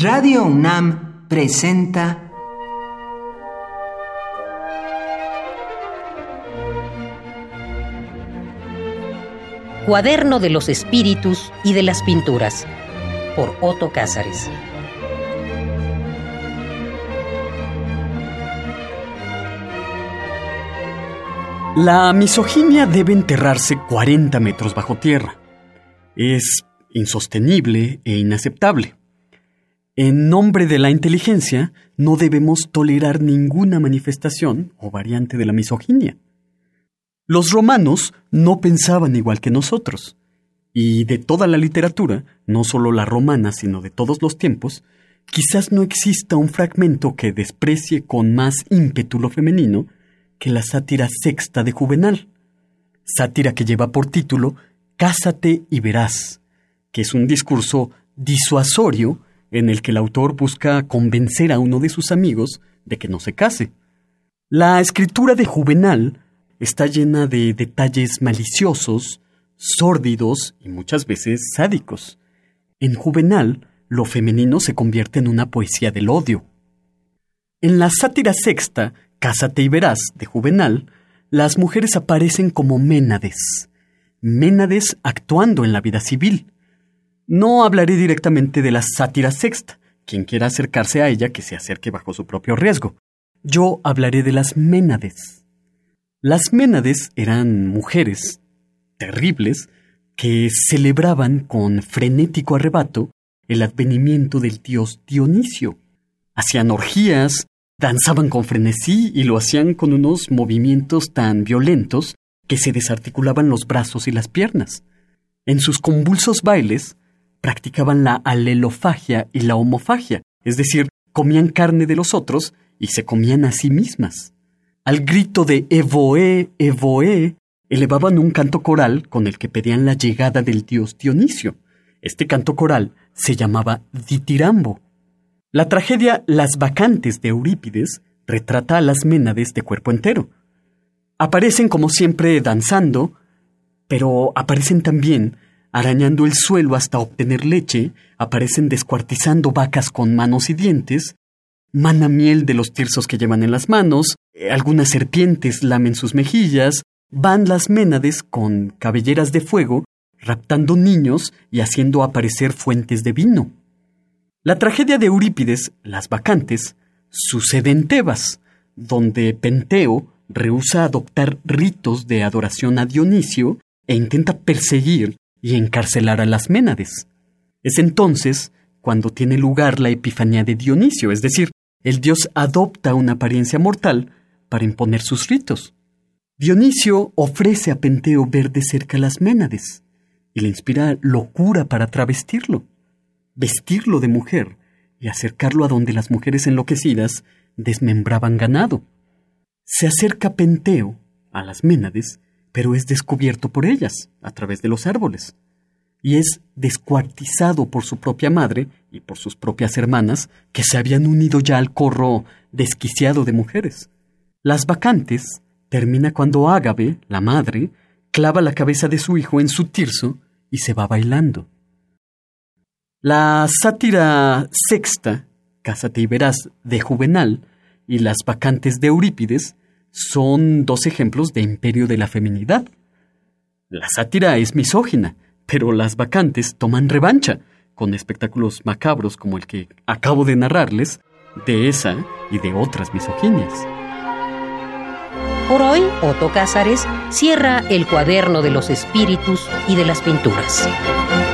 Radio UNAM presenta Cuaderno de los Espíritus y de las Pinturas, por Otto Cázares. La misoginia debe enterrarse 40 metros bajo tierra. Es insostenible e inaceptable. En nombre de la inteligencia, no debemos tolerar ninguna manifestación o variante de la misoginia. Los romanos no pensaban igual que nosotros, y de toda la literatura, no solo la romana, sino de todos los tiempos, quizás no exista un fragmento que desprecie con más ímpetu lo femenino que la sátira sexta de Juvenal, sátira que lleva por título Cásate y verás, que es un discurso disuasorio en el que el autor busca convencer a uno de sus amigos de que no se case. La escritura de Juvenal está llena de detalles maliciosos, sórdidos y muchas veces sádicos. En Juvenal, lo femenino se convierte en una poesía del odio. En la sátira sexta, Cásate y verás, de Juvenal, las mujeres aparecen como Ménades. Ménades actuando en la vida civil. No hablaré directamente de la sátira sexta. Quien quiera acercarse a ella, que se acerque bajo su propio riesgo. Yo hablaré de las Ménades. Las Ménades eran mujeres terribles que celebraban con frenético arrebato el advenimiento del dios Dionisio. Hacían orgías, danzaban con frenesí y lo hacían con unos movimientos tan violentos que se desarticulaban los brazos y las piernas. En sus convulsos bailes practicaban la alelofagia y la homofagia, es decir, comían carne de los otros y se comían a sí mismas. Al grito de Evoé, Evoé, elevaban un canto coral con el que pedían la llegada del dios Dionisio. Este canto coral se llamaba ditirambo. La tragedia Las Bacantes de Eurípides retrata a las Ménades de cuerpo entero. Aparecen como siempre danzando, pero aparecen también arañando el suelo hasta obtener leche, aparecen descuartizando vacas con manos y dientes, manan miel de los tirsos que llevan en las manos, algunas serpientes lamen sus mejillas, van las Ménades con cabelleras de fuego, raptando niños y haciendo aparecer fuentes de vino. La tragedia de Eurípides, Las Bacantes, sucede en Tebas, donde Penteo rehúsa adoptar ritos de adoración a Dionisio e intenta perseguir y encarcelar a las Ménades. Es entonces cuando tiene lugar la epifanía de Dionisio, es decir, el dios adopta una apariencia mortal para imponer sus ritos. Dionisio ofrece a Penteo ver de cerca a las Ménades y le inspira locura para travestirlo, vestirlo de mujer y acercarlo a donde las mujeres enloquecidas desmembraban ganado. Se acerca Penteo a las Ménades, pero es descubierto por ellas a través de los árboles, y es descuartizado por su propia madre y por sus propias hermanas, que se habían unido ya al corro desquiciado de mujeres. Las Bacantes termina cuando Ágave, la madre, clava la cabeza de su hijo en su tirso y se va bailando. La sátira sexta, Cásate y verás, de Juvenal, y Las Bacantes de Eurípides son dos ejemplos de imperio de la feminidad. La sátira es misógina, pero Las Bacantes toman revancha, con espectáculos macabros como el que acabo de narrarles, de esa y de otras misoginias. Por hoy, Otto Cázares cierra el Cuaderno de los Espíritus y de las Pinturas.